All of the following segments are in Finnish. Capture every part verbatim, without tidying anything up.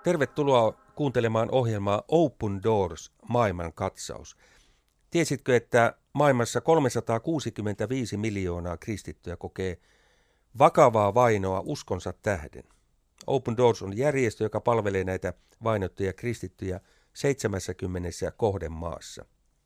Tervetuloa kuuntelemaan ohjelmaa Open Doors, maailman katsaus. Tiesitkö, että maailmassa kolmesataakuusikymmentäviisi miljoonaa kristittyä kokee vakavaa vainoa uskonsa tähden? Open Doors on järjestö, joka palvelee näitä vainottuja kristittyjä seitsemässäkymmenessä kohdemaassa.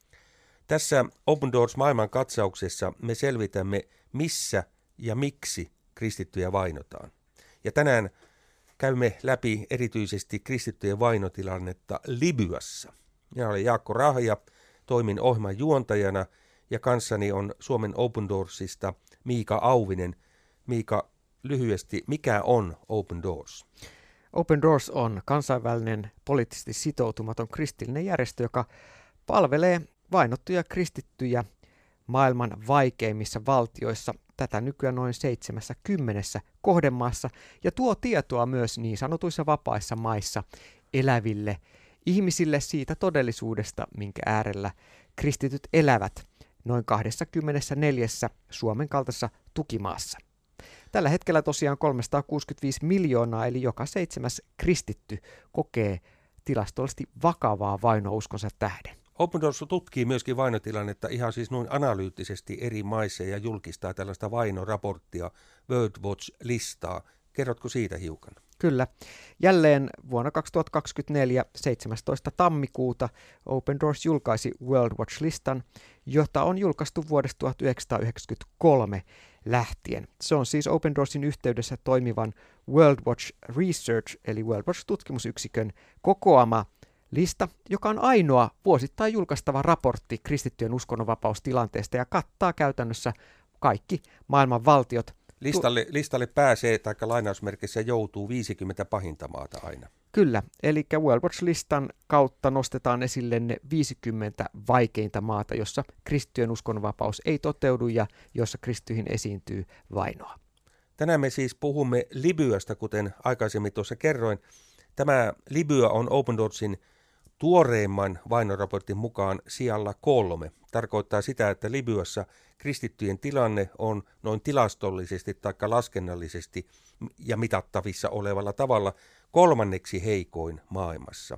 Tässä Open Doors maailman katsauksessa me selvitämme, missä ja miksi kristittyjä vainotaan. Ja tänään käymme läpi erityisesti kristittyjen vainotilannetta Libyassa. Minä olen Jaakko Rahja, toimin ohjelman juontajana ja kanssani on Suomen Open Doorsista Miika Auvinen. Miika, lyhyesti, mikä on Open Doors? Open Doors on kansainvälinen poliittisesti sitoutumaton kristillinen järjestö, joka palvelee vainottuja kristittyjä maailman vaikeimmissa valtioissa, tätä nykyään noin seitsemässäkymmenessä kohdemaassa, ja tuo tietoa myös niin sanotuissa vapaissa maissa eläville ihmisille siitä todellisuudesta, minkä äärellä kristityt elävät noin kaksikymmentäneljä Suomen kaltaisessa tukimaassa. Tällä hetkellä tosiaan kolmesataakuusikymmentäviisi miljoonaa, eli joka seitsemäs kristitty kokee tilastollisesti vakavaa vainoa uskonsa tähden. Open Doors tutkii myöskin vainotilannetta ihan siis noin analyyttisesti eri maissa ja julkistaa tällaista vainoraporttia, World Watch-listaa. Kerrotko siitä hiukan? Kyllä. Jälleen vuonna kaksituhattakaksikymmentäneljä seitsemästoista tammikuuta Open Doors julkaisi World Watch-listan, jota on julkaistu vuodesta tuhatyhdeksänsataayhdeksänkymmentäkolme lähtien. Se on siis Open Doorsin yhteydessä toimivan World Watch Research eli World Watch-tutkimusyksikön kokoama lista, joka on ainoa vuosittain julkaistava raportti kristittyjen uskonnonvapaustilanteesta ja kattaa käytännössä kaikki maailman valtiot. Listalle, listalle pääsee, tai lainausmerkissä joutuu viisikymmentä pahinta maata aina. Kyllä, eli World Watch-listan kautta nostetaan esille ne viisikymmentä vaikeinta maata, jossa kristittyjen uskonnonvapaus ei toteudu ja jossa kristittyihin esiintyy vainoa. Tänään me siis puhumme Libyasta, kuten aikaisemmin tuossa kerroin. Tämä Libya on Open Doorsin tuoreimman vainoraportin mukaan sijalla kolme. Tarkoittaa sitä, että Libyassa kristittyjen tilanne on noin tilastollisesti tai laskennallisesti ja mitattavissa olevalla tavalla kolmanneksi heikoin maailmassa.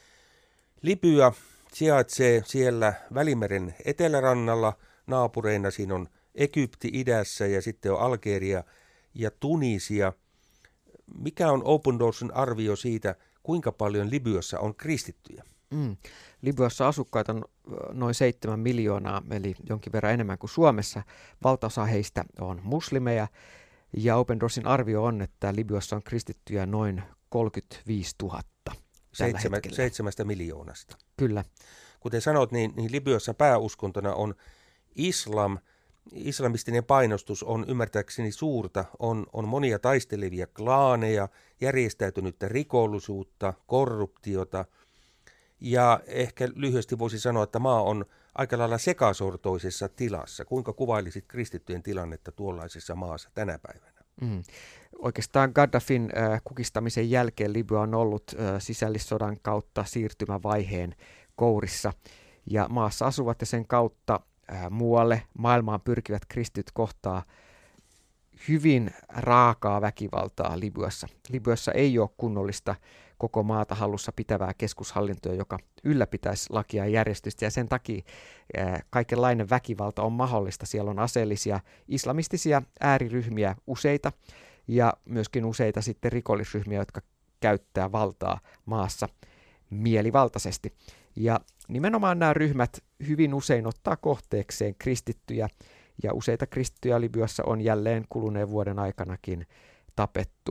Libya sijaitsee siellä Välimeren etelärannalla, naapureina siinä on Egypti idässä ja sitten on Algeria ja Tunisia. Mikä on Open Doorsin arvio siitä, kuinka paljon Libyassa on kristittyjä? Mm. Libyassa asukkaita on noin seitsemän miljoonaa, eli jonkin verran enemmän kuin Suomessa. Valtaosa heistä on muslimeja, ja Open Doorsin arvio on, että Libyassa on kristittyjä noin kolmekymmentäviisituhatta tällä Seitsemä, hetkellä. Seitsemästä miljoonasta. Kyllä. Kuten sanot, niin, niin Libyassa pääuskontona on islam. Islamistinen painostus on ymmärtääkseni suurta, on, on monia taistelevia klaaneja, järjestäytynyttä rikollisuutta, korruptiota ja ehkä lyhyesti voisi sanoa, että maa on aika lailla sekasortoisessa tilassa. Kuinka kuvailisit kristittyjen tilannetta tuollaisessa maassa tänä päivänä? Mm. Oikeastaan Gaddafin äh, kukistamisen jälkeen Libya on ollut äh, sisällissodan kautta siirtymävaiheen kourissa ja maassa asuvat ja sen kautta muualle maailmaan pyrkivät kristityt kohtaa hyvin raakaa väkivaltaa Libyassa. Libyassa ei ole kunnollista koko maata hallussa pitävää keskushallintoa, joka ylläpitäisi lakia ja järjestystä, ja sen takia kaikenlainen väkivalta on mahdollista. Siellä on aseellisia islamistisia ääriryhmiä useita, ja myöskin useita sitten rikollisryhmiä, jotka käyttää valtaa maassa mielivaltaisesti. Ja nimenomaan nämä ryhmät hyvin usein ottaa kohteekseen kristittyjä, ja useita kristittyjä Libyassa on jälleen kuluneen vuoden aikanakin tapettu.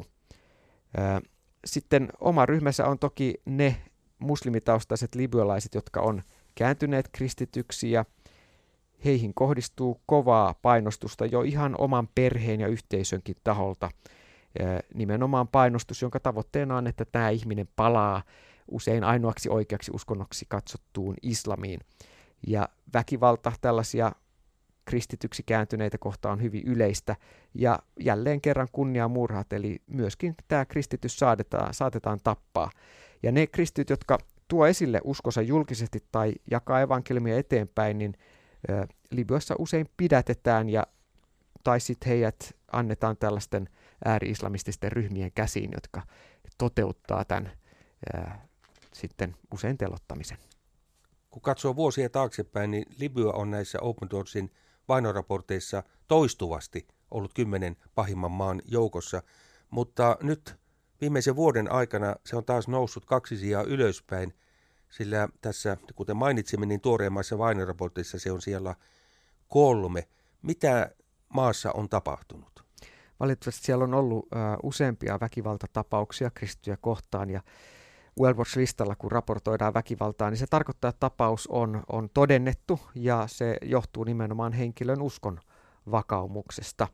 Sitten oma ryhmässä on toki ne muslimitaustaiset libyalaiset, jotka on kääntyneet kristityksi, ja heihin kohdistuu kovaa painostusta jo ihan oman perheen ja yhteisönkin taholta. Nimenomaan painostus, jonka tavoitteena on, että tämä ihminen palaa usein ainoaksi oikeaksi uskonnoksi katsottuun islamiin. Ja väkivalta tällaisia kristityksi kääntyneitä kohtaan on hyvin yleistä, ja jälleen kerran kunniamurhat, eli myöskin tämä kristitys saatetaan, saatetaan tappaa. Ja ne kristityt, jotka tuo esille uskonsa julkisesti tai jakaa evankeliumia eteenpäin, niin ö, Libyassa usein pidätetään ja tai sitten heidät annetaan tällaisten ääri-islamististen ryhmien käsiin, jotka toteuttaa tämän ää, sitten usein telottamisen. Kun katsoo vuosia taaksepäin, niin Libya on näissä Open Doorsin vainoraporteissa toistuvasti ollut kymmenen pahimman maan joukossa, mutta nyt viimeisen vuoden aikana se on taas noussut kaksi sijaa ylöspäin, sillä tässä, kuten mainitsimme, niin tuoreimmassa vainoraportissa se on siellä kolme. Mitä maassa on tapahtunut? Valitettavasti siellä on ollut uh, useampia väkivaltatapauksia kristittyjä kohtaan, ja World Watch-listalla, kun raportoidaan väkivaltaa, niin se tarkoittaa, että tapaus on, on todennettu, ja se johtuu nimenomaan henkilön uskon vakaumuksesta.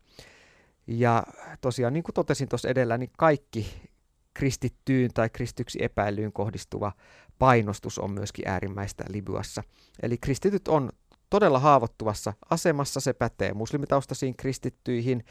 Ja tosiaan, niin kuin totesin tuossa edellä, niin kaikki kristittyyn tai kristyksi epäilyyn kohdistuva painostus on myöskin äärimmäistä Libyassa. Eli kristityt on todella haavoittuvassa asemassa, se pätee muslimitaustaisiin kristittyihin,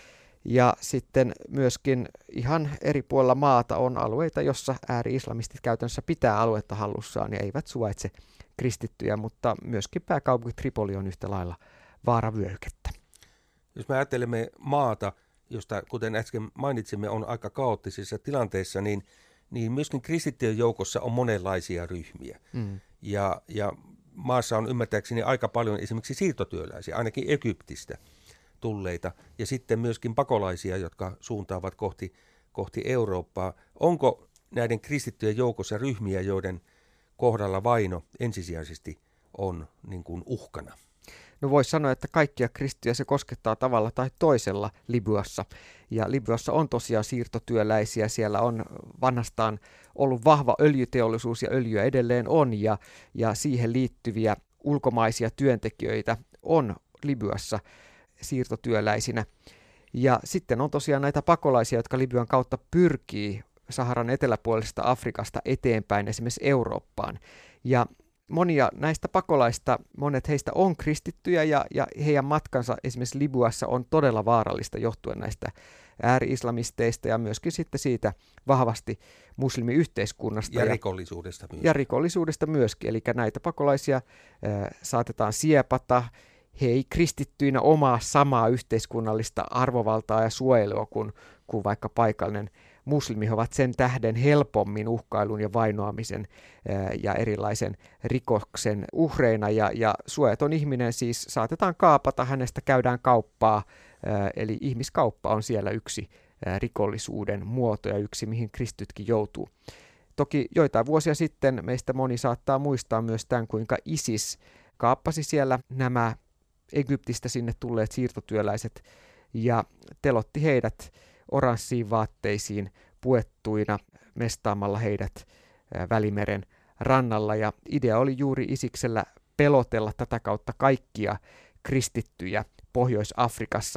ja sitten myöskin ihan eri puolilla maata on alueita, jossa ääri-islamistit käytännössä pitää aluetta hallussaan ja eivät suvaitse kristittyjä, mutta myöskin pääkaupunki Tripoli on yhtä lailla vaaravyöhykettä. Jos me ajattelemme maata, josta kuten äsken mainitsimme on aika kaoottisissa tilanteissa, niin, niin myöskin kristittyjen joukossa on monenlaisia ryhmiä. Mm. Ja, ja maassa on ymmärtääkseni aika paljon esimerkiksi siirtotyöläisiä, ainakin Egyptistä tulleita, ja sitten myöskin pakolaisia, jotka suuntaavat kohti, kohti Eurooppaa. Onko näiden kristittyjen joukossa ryhmiä, joiden kohdalla vaino ensisijaisesti on niin kuin uhkana? No voisi sanoa, että kaikkia kristittyjä se koskettaa tavalla tai toisella Libyassa. Ja Libyassa on tosiaan siirtotyöläisiä, siellä on vanhastaan ollut vahva öljyteollisuus ja öljyä edelleen on, ja, ja siihen liittyviä ulkomaisia työntekijöitä on Libyassa siirtotyöläisinä. Ja sitten on tosiaan näitä pakolaisia, jotka Libyan kautta pyrkii Saharan eteläpuolisesta Afrikasta eteenpäin esimerkiksi Eurooppaan. Ja monia näistä pakolaista, monet heistä on kristittyjä, ja, ja heidän matkansa esimerkiksi Libyassa on todella vaarallista johtuen näistä ääri-islamisteista ja myöskin sitten siitä vahvasti muslimiyhteiskunnasta. Ja, ja rikollisuudesta myöskin. Ja rikollisuudesta myöskin, eli näitä pakolaisia ää, saatetaan siepata. He ei kristittyinä omaa samaa yhteiskunnallista arvovaltaa ja suojelua kuin, kuin vaikka paikallinen muslimi. He ovat sen tähden helpommin uhkailun ja vainoamisen ää, ja erilaisen rikoksen uhreina. Ja, ja suojaton ihminen siis saatetaan kaapata, hänestä käydään kauppaa, ää, eli ihmiskauppa on siellä yksi ää, rikollisuuden muoto ja yksi, mihin kristitytkin joutuu. Toki joitain vuosia sitten meistä moni saattaa muistaa myös tämän, kuinka ISIS kaappasi siellä nämä Egyptistä sinne tulleet siirtotyöläiset ja telotti heidät oranssiin vaatteisiin puettuina mestaamalla heidät Välimeren rannalla. Ja idea oli juuri Isiksellä pelotella tätä kautta kaikkia kristittyjä Pohjois-Afrikassa,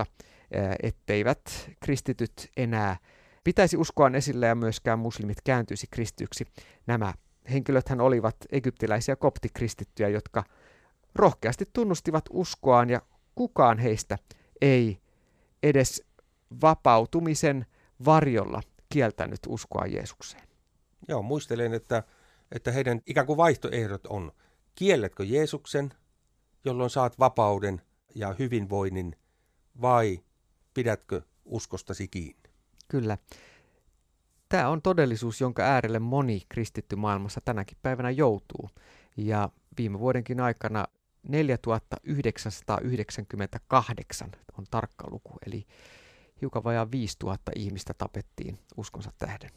etteivät kristityt enää pitäisi uskoaan esillä ja myöskään muslimit kääntyisi kristityksi. Nämä henkilöthän olivat egyptiläisiä koptikristittyjä, jotka rohkeasti tunnustivat uskoaan, ja kukaan heistä ei edes vapautumisen varjolla kieltänyt uskoa Jeesukseen. Joo, muistelen, että, että heidän ikään kuin vaihtoehdot on: kiellätkö Jeesuksen, jolloin saat vapauden ja hyvinvoinnin, vai pidätkö uskostasi kiinni? Kyllä. Tämä on todellisuus, jonka äärelle moni kristitty maailmassa tänäkin päivänä joutuu. Ja viime vuodenkin aikana neljätuhatta yhdeksänsataayhdeksänkymmentäkahdeksan on tarkka luku, eli hiukan vajaa viisituhatta ihmistä tapettiin uskonsa tähden.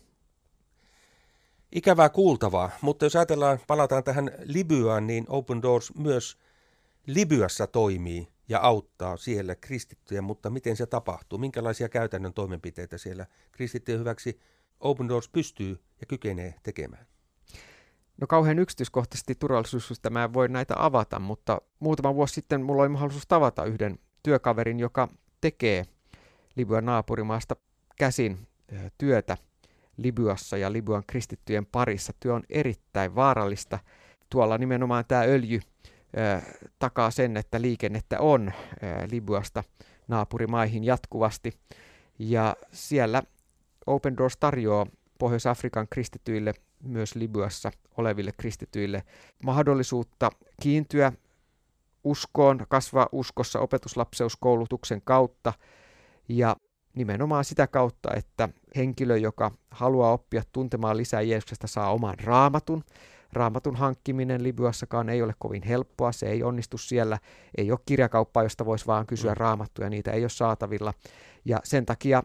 Ikävää kuultavaa, mutta jos ajatellaan, palataan tähän Libyaan, niin Open Doors myös Libyassa toimii ja auttaa siellä kristittyjä, mutta miten se tapahtuu? Minkälaisia käytännön toimenpiteitä siellä kristittyjen hyväksi Open Doors pystyy ja kykenee tekemään? No kauhean yksityiskohtaisesti turvallisuussyistä mä en voi näitä avata, mutta muutama vuosi sitten mulla oli mahdollisuus tavata yhden työkaverin, joka tekee Libyan naapurimaasta käsin työtä Libyassa ja Libyan kristittyjen parissa. Työ on erittäin vaarallista. Tuolla nimenomaan tämä öljy äh, takaa sen, että liikennettä on äh, Libyasta naapurimaihin jatkuvasti. Ja siellä Open Doors tarjoaa Pohjois-Afrikan kristityille, myös Libyassa oleville kristityille, mahdollisuutta kiintyä uskoon, kasvaa uskossa opetuslapseuskoulutuksen kautta. Ja nimenomaan sitä kautta, että henkilö, joka haluaa oppia tuntemaan lisää Jeesuksesta, saa oman raamatun. Raamatun hankkiminen Libyassakaan ei ole kovin helppoa, se ei onnistu siellä, ei ole kirjakauppaa, josta voisi vaan kysyä raamattuja, niitä ei ole saatavilla. Ja sen takia,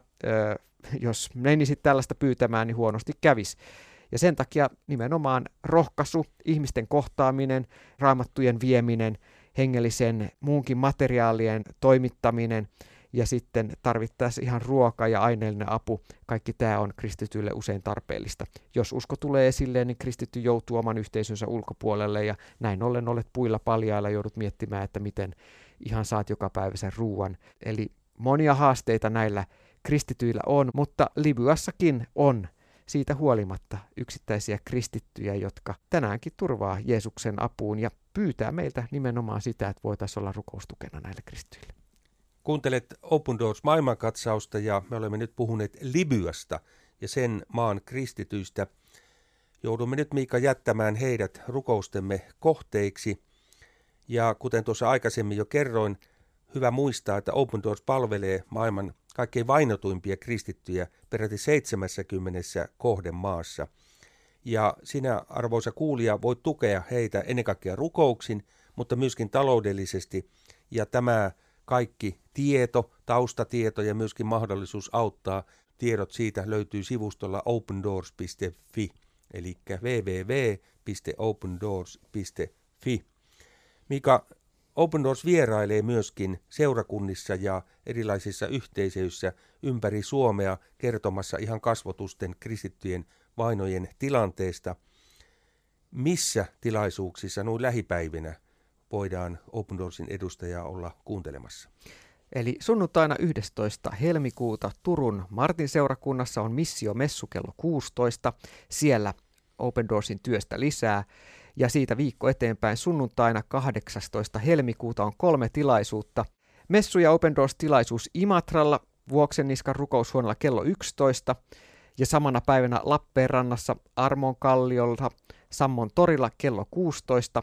jos menisit tällaista pyytämään, niin huonosti kävisi. Ja sen takia nimenomaan rohkaisu, ihmisten kohtaaminen, raamattujen vieminen, hengellisen muunkin materiaalien toimittaminen ja sitten tarvittaessa ihan ruoka ja aineellinen apu, kaikki tämä on kristityille usein tarpeellista. Jos usko tulee esille, niin kristitty joutuu oman yhteisönsä ulkopuolelle ja näin ollen olet puilla paljailla, joudut miettimään, että miten ihan saat jokapäiväisen ruuan. Eli monia haasteita näillä kristityillä on, mutta Libyassakin on siitä huolimatta yksittäisiä kristittyjä, jotka tänäänkin turvaa Jeesuksen apuun ja pyytää meiltä nimenomaan sitä, että voitaisiin olla rukoustukena näille kristityille. Kuuntelet Open Doors maailmankatsausta ja me olemme nyt puhuneet Libyasta ja sen maan kristityistä. Joudumme nyt, Miika, jättämään heidät rukoustemme kohteiksi. Ja kuten tuossa aikaisemmin jo kerroin, hyvä muistaa, että Open Doors palvelee maailman kaikkein vainotuimpia kristittyjä peräti seitsemässäkymmenessä kohdemaassa. Ja sinä, arvoisa kuulija, voit tukea heitä ennen kaikkea rukouksin, mutta myöskin taloudellisesti. Ja tämä kaikki tieto, taustatieto ja myöskin mahdollisuus auttaa, tiedot siitä löytyy sivustolla open doors piste fi, eli double-u double-u double-u piste open doors piste fi. Mika, Open Doors vierailee myöskin seurakunnissa ja erilaisissa yhteisöissä ympäri Suomea kertomassa ihan kasvotusten kristittyjen vainojen tilanteesta. Missä tilaisuuksissa noin lähipäivinä voidaan Open Doorsin edustajaa olla kuuntelemassa? Eli sunnuntaina yhdestoista helmikuuta Turun Martin seurakunnassa on missiomessu kello kuusitoista. Siellä Open Doorsin työstä lisää. Ja siitä viikko eteenpäin sunnuntaina kahdeksastoista helmikuuta on kolme tilaisuutta. Messu ja Open Doors-tilaisuus Imatralla Vuoksenniskan rukoushuoneella kello yksitoista. Ja samana päivänä Lappeenrannassa Armon kalliolla Sammon torilla kello kuusitoista.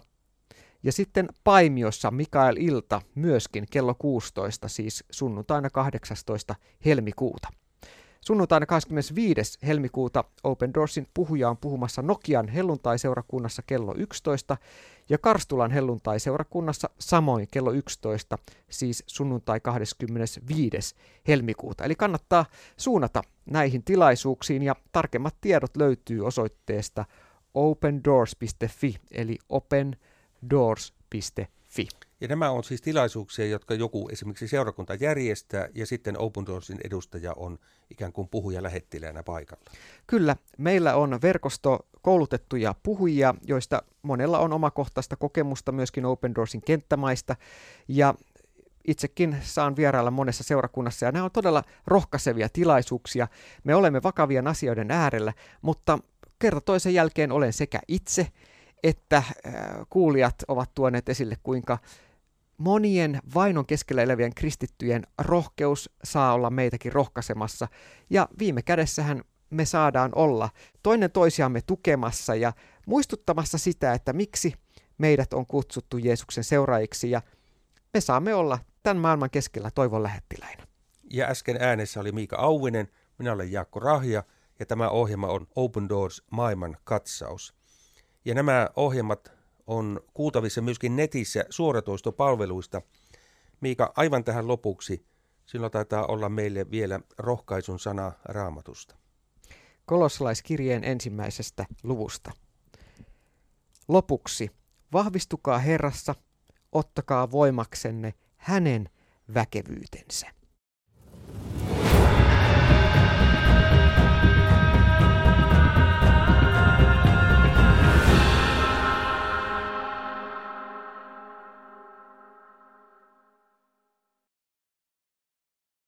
Ja sitten Paimiossa Mikael ilta myöskin kello kuusitoista, siis sunnuntaina kahdeksastoista helmikuuta. Sunnuntaina kahdeskymmenesviides helmikuuta Open Doorsin puhuja on puhumassa Nokian helluntaiseurakunnassa kello yksitoista ja Karstulan helluntaiseurakunnassa samoin kello yksitoista, siis sunnuntai kahdeskymmenesviides helmikuuta. Eli kannattaa suunnata näihin tilaisuuksiin ja tarkemmat tiedot löytyy osoitteesta open doors piste fi eli open doors piste fi. Ja nämä on siis tilaisuuksia, jotka joku esimerkiksi seurakunta järjestää ja sitten Open Doorsin edustaja on ikään kuin puhuja lähettiläänä paikalla. Kyllä, meillä on verkosto koulutettuja puhujia, joista monella on omakohtaista kokemusta myöskin Open Doorsin kenttämaista ja itsekin saan vierailla monessa seurakunnassa ja nämä on todella rohkaisevia tilaisuuksia. Me olemme vakavien asioiden äärellä, mutta kerta toisen jälkeen olen sekä itse että kuulijat ovat tuoneet esille, kuinka monien vainon keskellä elävien kristittyjen rohkeus saa olla meitäkin rohkaisemassa. Ja viime kädessähän me saadaan olla toinen toisiamme tukemassa ja muistuttamassa sitä, että miksi meidät on kutsuttu Jeesuksen seuraajiksi ja me saamme olla tämän maailman keskellä toivon lähettiläinä. Ja äsken äänessä oli Miika Auvinen, minä olen Jaakko Rahja ja tämä ohjelma on Open Doors maailman katsaus. Ja nämä ohjelmat on kuultavissa myöskin netissä suoratoistopalveluista. Miika, aivan tähän lopuksi, silloin taitaa olla meille vielä rohkaisun sana Raamatusta. Kolossalaiskirjeen ensimmäisestä luvusta. Lopuksi, vahvistukaa Herrassa, ottakaa voimaksenne hänen väkevyytensä.